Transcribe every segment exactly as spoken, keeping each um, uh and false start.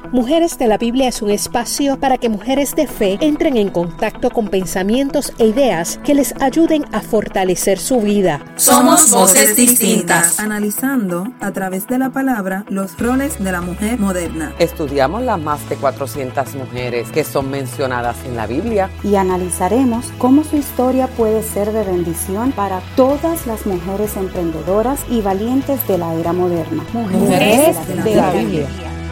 Mujeres de la Biblia es un espacio para que mujeres de fe entren en contacto con pensamientos e ideas que les ayuden a fortalecer su vida. Somos voces distintas, analizando a través de la palabra los roles de la mujer moderna. Estudiamos las más de cuatrocientas mujeres que son mencionadas en la Biblia y analizaremos cómo su historia puede ser de bendición para todas las mujeres emprendedoras y valientes de la era moderna. Mujeres, mujeres de la, de la Biblia. Biblia.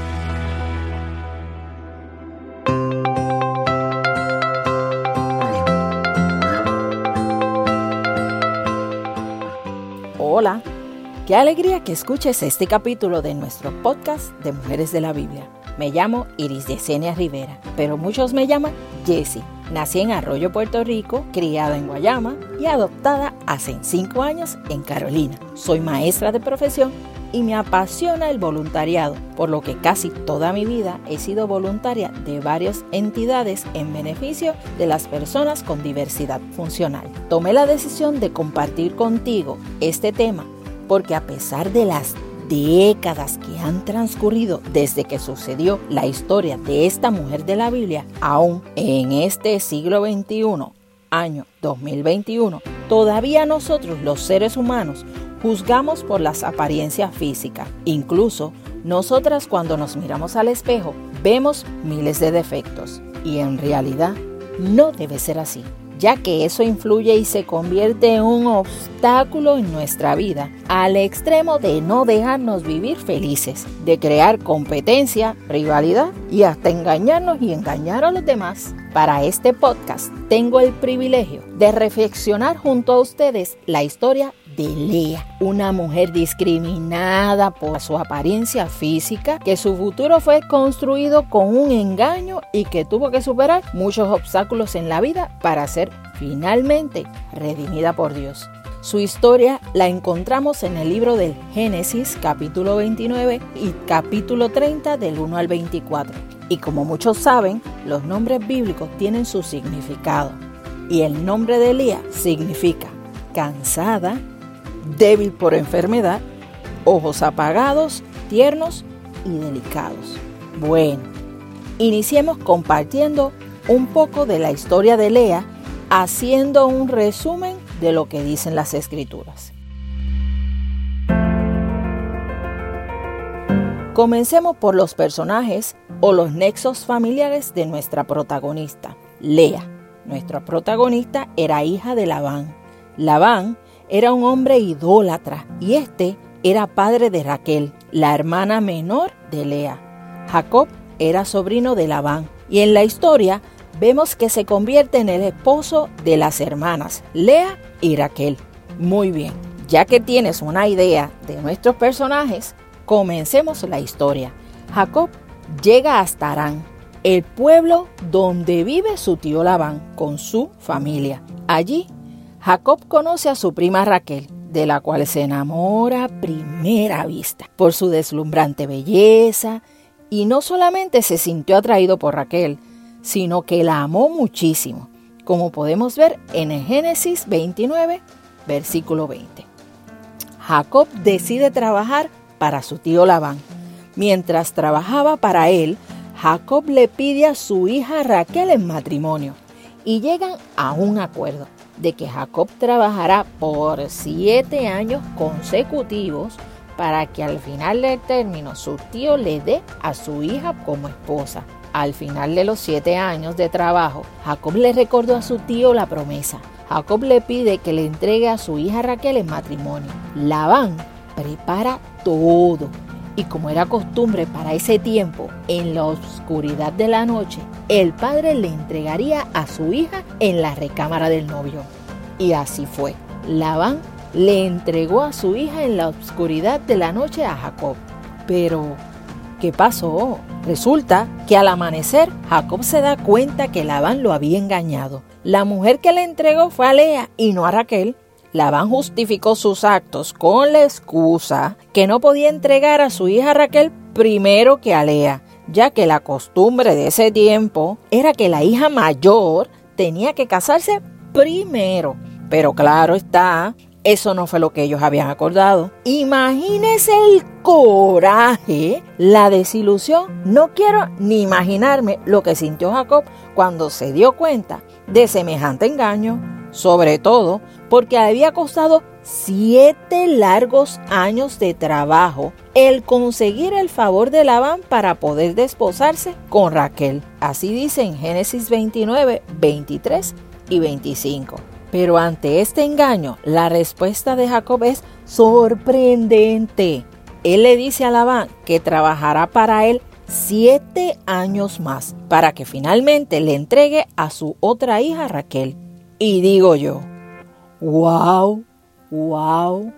Hola, qué alegría que escuches este capítulo de nuestro podcast de Mujeres de la Biblia. Me llamo Iris Yesenia Rivera, pero muchos me llaman Jessie. Nací en Arroyo, Puerto Rico, criada en Guayama y adoptada hace cinco años en Carolina. Soy maestra de profesión y me apasiona el voluntariado, por lo que casi toda mi vida he sido voluntaria de varias entidades en beneficio de las personas con diversidad funcional. Tomé la decisión de compartir contigo este tema porque a pesar de las décadas que han transcurrido desde que sucedió la historia de esta mujer de la Biblia, aún en este siglo veintiuno, año dos mil veintiuno, todavía nosotros los seres humanos juzgamos por las apariencias físicas. Incluso nosotras cuando nos miramos al espejo vemos miles de defectos y en realidad no debe ser así, ya que eso influye y se convierte en un obstáculo en nuestra vida, al extremo de no dejarnos vivir felices, de crear competencia, rivalidad y hasta engañarnos y engañar a los demás. Para este podcast tengo el privilegio de reflexionar junto a ustedes la historia de Lea, una mujer discriminada por su apariencia física, que su futuro fue construido con un engaño y que tuvo que superar muchos obstáculos en la vida para ser finalmente redimida por Dios. Su historia la encontramos en el libro del Génesis, capítulo veintinueve y capítulo treinta, del uno al veinticuatro. Y como muchos saben, los nombres bíblicos tienen su significado. Y el nombre de Lea significa cansada, débil por enfermedad, ojos apagados, tiernos y delicados. Bueno, iniciemos compartiendo un poco de la historia de Lea, haciendo un resumen de lo que dicen las Escrituras. Comencemos por los personajes o los nexos familiares de nuestra protagonista, Lea. Nuestra protagonista era hija de Labán. Labán era un hombre idólatra y este era padre de Raquel, la hermana menor de Lea. Jacob era sobrino de Labán y en la historia vemos que se convierte en el esposo de las hermanas Lea y Raquel. Muy bien, ya que tienes una idea de nuestros personajes, comencemos la historia. Jacob llega hasta Harán, el pueblo donde vive su tío Labán con su familia. Allí, Jacob conoce a su prima Raquel, de la cual se enamora a primera vista por su deslumbrante belleza, y no solamente se sintió atraído por Raquel, sino que la amó muchísimo, como podemos ver en el Génesis veintinueve, versículo veinte. Jacob decide trabajar para su tío Labán. Mientras trabajaba para él, Jacob le pide a su hija Raquel en matrimonio y llegan a un acuerdo de que Jacob trabajará por siete años consecutivos para que al final del término su tío le dé a su hija como esposa. Al final de los siete años de trabajo, Jacob le recordó a su tío la promesa. Jacob le pide que le entregue a su hija Raquel en matrimonio. Labán prepara todo. Y como era costumbre para ese tiempo, en la oscuridad de la noche, el padre le entregaría a su hija en la recámara del novio. Y así fue. Labán le entregó a su hija en la oscuridad de la noche a Jacob. Pero, ¿qué pasó? Resulta que al amanecer, Jacob se da cuenta que Labán lo había engañado. La mujer que le entregó fue a Lea y no a Raquel. Labán justificó sus actos con la excusa que no podía entregar a su hija Raquel primero que a Lea, ya que la costumbre de ese tiempo era que la hija mayor tenía que casarse primero. Pero claro está, eso no fue lo que ellos habían acordado. Imagínese el coraje, la desilusión. No quiero ni imaginarme lo que sintió Jacob cuando se dio cuenta de semejante engaño, sobre todo porque había costado siete largos años de trabajo el conseguir el favor de Labán para poder desposarse con Raquel. Así dice en Génesis veintinueve, veintitrés y veinticinco. Pero ante este engaño, la respuesta de Jacob es sorprendente. Él le dice a Labán que trabajará para él siete años más para que finalmente le entregue a su otra hija Raquel. Y digo yo, wow, wow,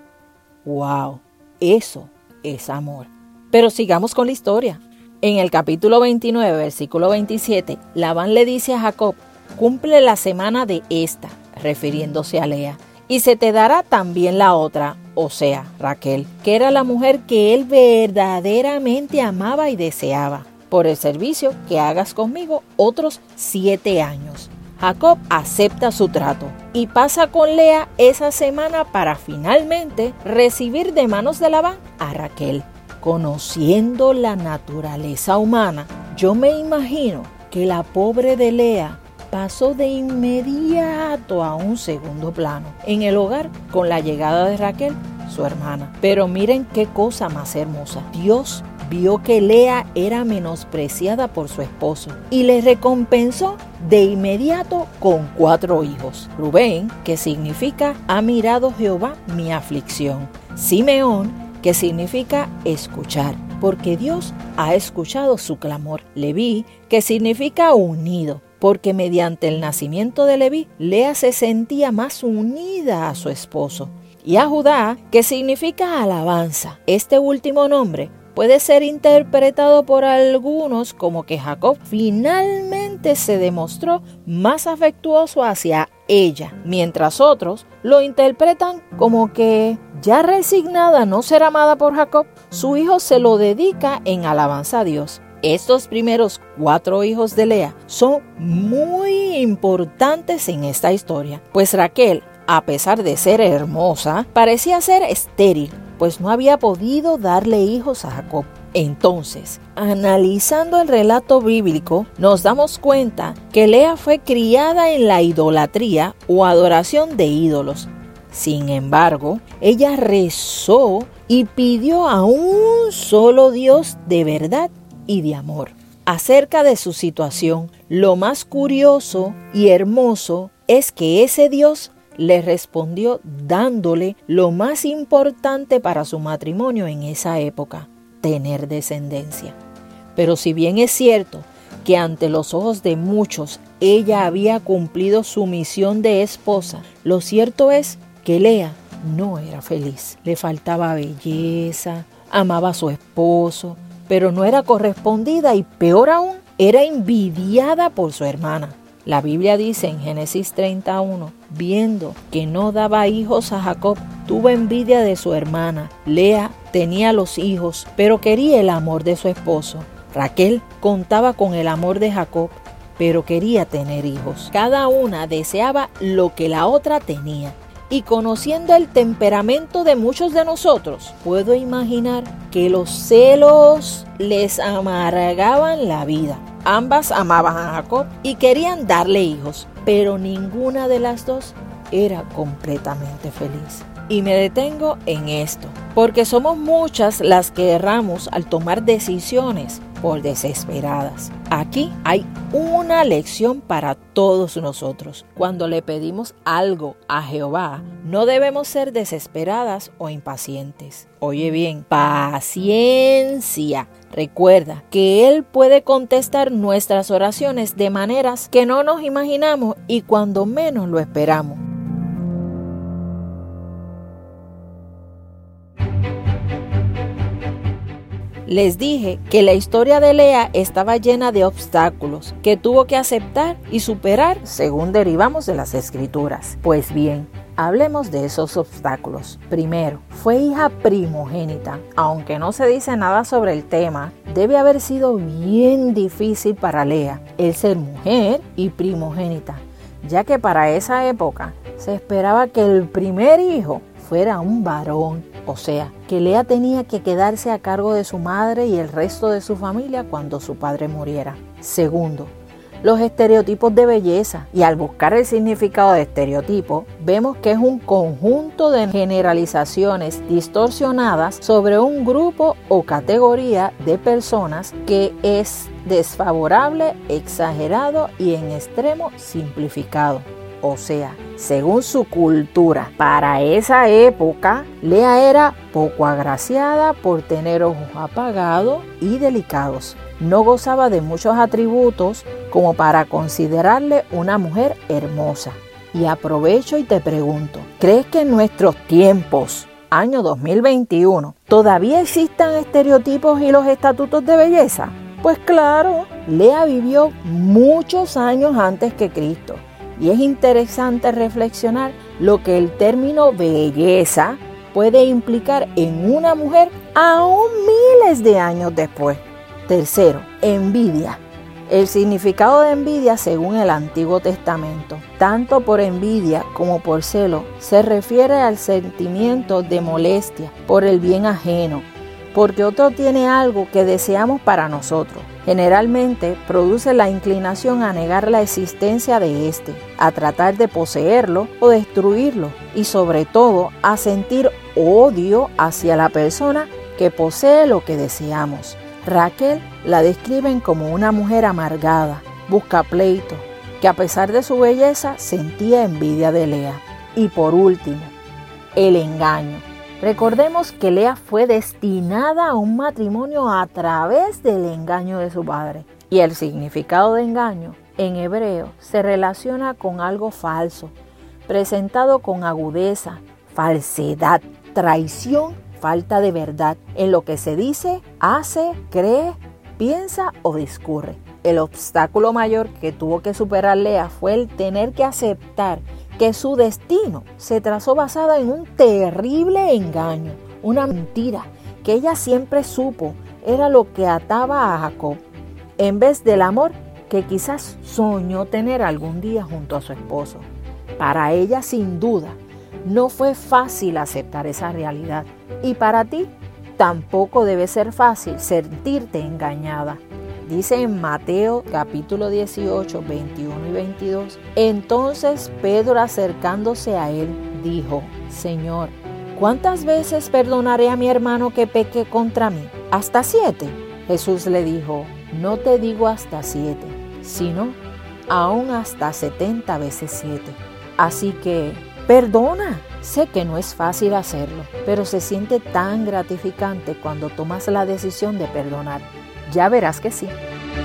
wow, eso es amor. Pero sigamos con la historia. En el capítulo veintinueve, versículo veintisiete, Labán le dice a Jacob, cumple la semana de esta, refiriéndose a Lea, y se te dará también la otra, o sea, Raquel, que era la mujer que él verdaderamente amaba y deseaba, por el servicio que hagas conmigo otros siete años. Jacob acepta su trato y pasa con Lea esa semana para finalmente recibir de manos de Labán a Raquel. Conociendo la naturaleza humana, yo me imagino que la pobre de Lea pasó de inmediato a un segundo plano en el hogar con la llegada de Raquel, su hermana. Pero miren qué cosa más hermosa. Dios vio que Lea era menospreciada por su esposo y le recompensó de inmediato con cuatro hijos. Rubén, que significa ha mirado Jehová mi aflicción. Simeón, que significa escuchar, porque Dios ha escuchado su clamor. Leví, que significa unido, porque mediante el nacimiento de Leví, Lea se sentía más unida a su esposo. Y a Judá, que significa alabanza. Este último nombre puede ser interpretado por algunos como que Jacob finalmente se demostró más afectuoso hacia ella, mientras otros lo interpretan como que, ya resignada a no ser amada por Jacob, su hijo se lo dedica en alabanza a Dios. Estos primeros cuatro hijos de Lea son muy importantes en esta historia, pues Raquel, a pesar de ser hermosa, parecía ser estéril, pues no había podido darle hijos a Jacob. Entonces, analizando el relato bíblico, nos damos cuenta que Lea fue criada en la idolatría o adoración de ídolos. Sin embargo, ella rezó y pidió a un solo Dios de verdad y de amor. Acerca de su situación, lo más curioso y hermoso es que ese Dios le respondió dándole lo más importante para su matrimonio en esa época, tener descendencia. Pero si bien es cierto que ante los ojos de muchos ella había cumplido su misión de esposa, lo cierto es que Lea no era feliz. Le faltaba belleza, amaba a su esposo, pero no era correspondida y peor aún, era envidiada por su hermana. La Biblia dice en Génesis treinta y uno, viendo que no daba hijos a Jacob, tuvo envidia de su hermana. Lea tenía los hijos, pero quería el amor de su esposo. Raquel contaba con el amor de Jacob, pero quería tener hijos. Cada una deseaba lo que la otra tenía. Y conociendo el temperamento de muchos de nosotros, puedo imaginar que los celos les amargaban la vida. Ambas amaban a Jacob y querían darle hijos, pero ninguna de las dos era completamente feliz. Y me detengo en esto, porque somos muchas las que erramos al tomar decisiones por desesperadas. Aquí hay una lección para todos nosotros. Cuando le pedimos algo a Jehová, no debemos ser desesperadas o impacientes. Oye bien, paciencia. Recuerda que Él puede contestar nuestras oraciones de maneras que no nos imaginamos y cuando menos lo esperamos. Les dije que la historia de Lea estaba llena de obstáculos que tuvo que aceptar y superar según derivamos de las Escrituras. Pues bien, hablemos de esos obstáculos. Primero, fue hija primogénita. Aunque no se dice nada sobre el tema, debe haber sido bien difícil para Lea el ser mujer y primogénita, ya que para esa época se esperaba que el primer hijo fuera un varón, o sea, que Lea tenía que quedarse a cargo de su madre y el resto de su familia cuando su padre muriera. Segundo, los estereotipos de belleza. Y al buscar el significado de estereotipo, vemos que es un conjunto de generalizaciones distorsionadas sobre un grupo o categoría de personas que es desfavorable, exagerado y en extremo simplificado. O sea, según su cultura, para esa época, Lea era poco agraciada por tener ojos apagados y delicados. No gozaba de muchos atributos como para considerarle una mujer hermosa. Y aprovecho y te pregunto, ¿crees que en nuestros tiempos, año dos mil veintiuno, todavía existan estereotipos y los estatutos de belleza? Pues claro, Lea vivió muchos años antes que Cristo. Y es interesante reflexionar lo que el término belleza puede implicar en una mujer aún miles de años después. Tercero, envidia. El significado de envidia según el Antiguo Testamento, tanto por envidia como por celo, se refiere al sentimiento de molestia por el bien ajeno, porque otro tiene algo que deseamos para nosotros. Generalmente produce la inclinación a negar la existencia de éste, a tratar de poseerlo o destruirlo y sobre todo a sentir odio hacia la persona que posee lo que deseamos. Raquel la describen como una mujer amargada, busca pleito, que a pesar de su belleza sentía envidia de Lea. Y por último, el engaño. Recordemos que Lea fue destinada a un matrimonio a través del engaño de su padre. Y el significado de engaño en hebreo se relaciona con algo falso, presentado con agudeza, falsedad, traición, falta de verdad en lo que se dice, hace, cree, piensa o discurre. El obstáculo mayor que tuvo que superar Lea fue el tener que aceptar que su destino se trazó basado en un terrible engaño, una mentira que ella siempre supo era lo que ataba a Jacob, en vez del amor que quizás soñó tener algún día junto a su esposo. Para ella, sin duda, no fue fácil aceptar esa realidad. Y para ti, tampoco debe ser fácil sentirte engañada. Dice en Mateo capítulo dieciocho, veintiuno y veintidós, entonces Pedro, acercándose a él, dijo, Señor, ¿cuántas veces perdonaré a mi hermano que peque contra mí? ¿Hasta siete? Jesús le dijo, no te digo hasta siete, sino aún hasta setenta veces siete. Así que, perdona. Sé que no es fácil hacerlo, pero se siente tan gratificante cuando tomas la decisión de perdonar. Ya verás que sí.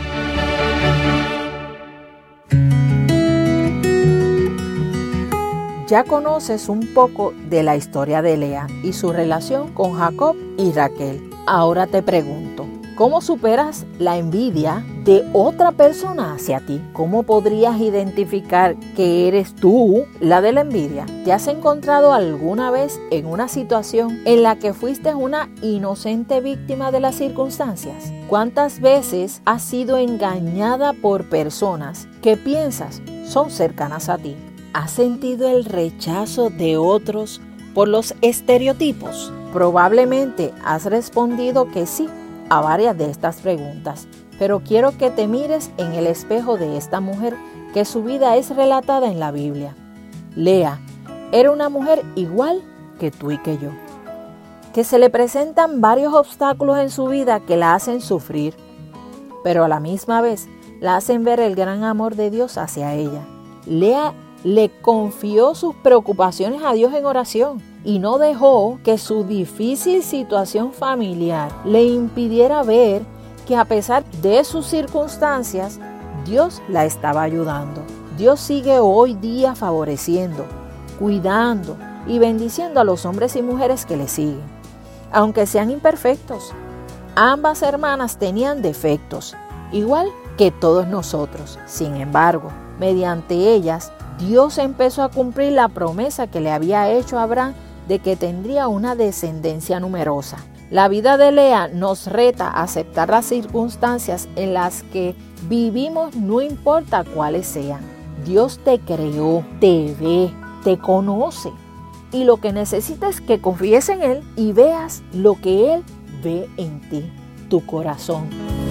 Ya conoces un poco de la historia de Lea y su relación con Jacob y Raquel. Ahora te pregunto, ¿cómo superas la envidia de otra persona hacia ti? ¿Cómo podrías identificar que eres tú la de la envidia? ¿Te has encontrado alguna vez en una situación en la que fuiste una inocente víctima de las circunstancias? ¿Cuántas veces has sido engañada por personas que piensas son cercanas a ti? ¿Has sentido el rechazo de otros por los estereotipos? Probablemente has respondido que sí a varias de estas preguntas, pero quiero que te mires en el espejo de esta mujer que su vida es relatada en la Biblia. Lea era una mujer igual que tú y que yo, que se le presentan varios obstáculos en su vida que la hacen sufrir, pero a la misma vez la hacen ver el gran amor de Dios hacia ella. Lea le confió sus preocupaciones a Dios en oración y no dejó que su difícil situación familiar le impidiera ver que a pesar de sus circunstancias, Dios la estaba ayudando. Dios sigue hoy día favoreciendo, cuidando y bendiciendo a los hombres y mujeres que le siguen, aunque sean imperfectos. Ambas hermanas tenían defectos, igual que todos nosotros. Sin embargo, mediante ellas, Dios empezó a cumplir la promesa que le había hecho a Abraham de que tendría una descendencia numerosa. La vida de Lea nos reta a aceptar las circunstancias en las que vivimos, no importa cuáles sean. Dios te creó, te ve, te conoce y lo que necesitas es que confíes en Él y veas lo que Él ve en ti, tu corazón.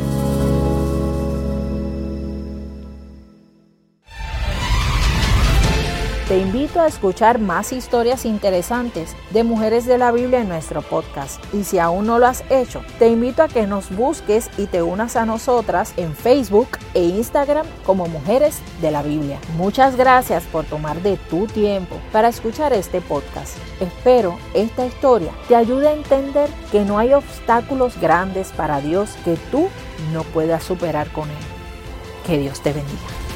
Te invito a escuchar más historias interesantes de mujeres de la Biblia en nuestro podcast. Y si aún no lo has hecho, te invito a que nos busques y te unas a nosotras en Facebook e Instagram como Mujeres de la Biblia. Muchas gracias por tomar de tu tiempo para escuchar este podcast. Espero esta historia te ayude a entender que no hay obstáculos grandes para Dios que tú no puedas superar con Él. Que Dios te bendiga.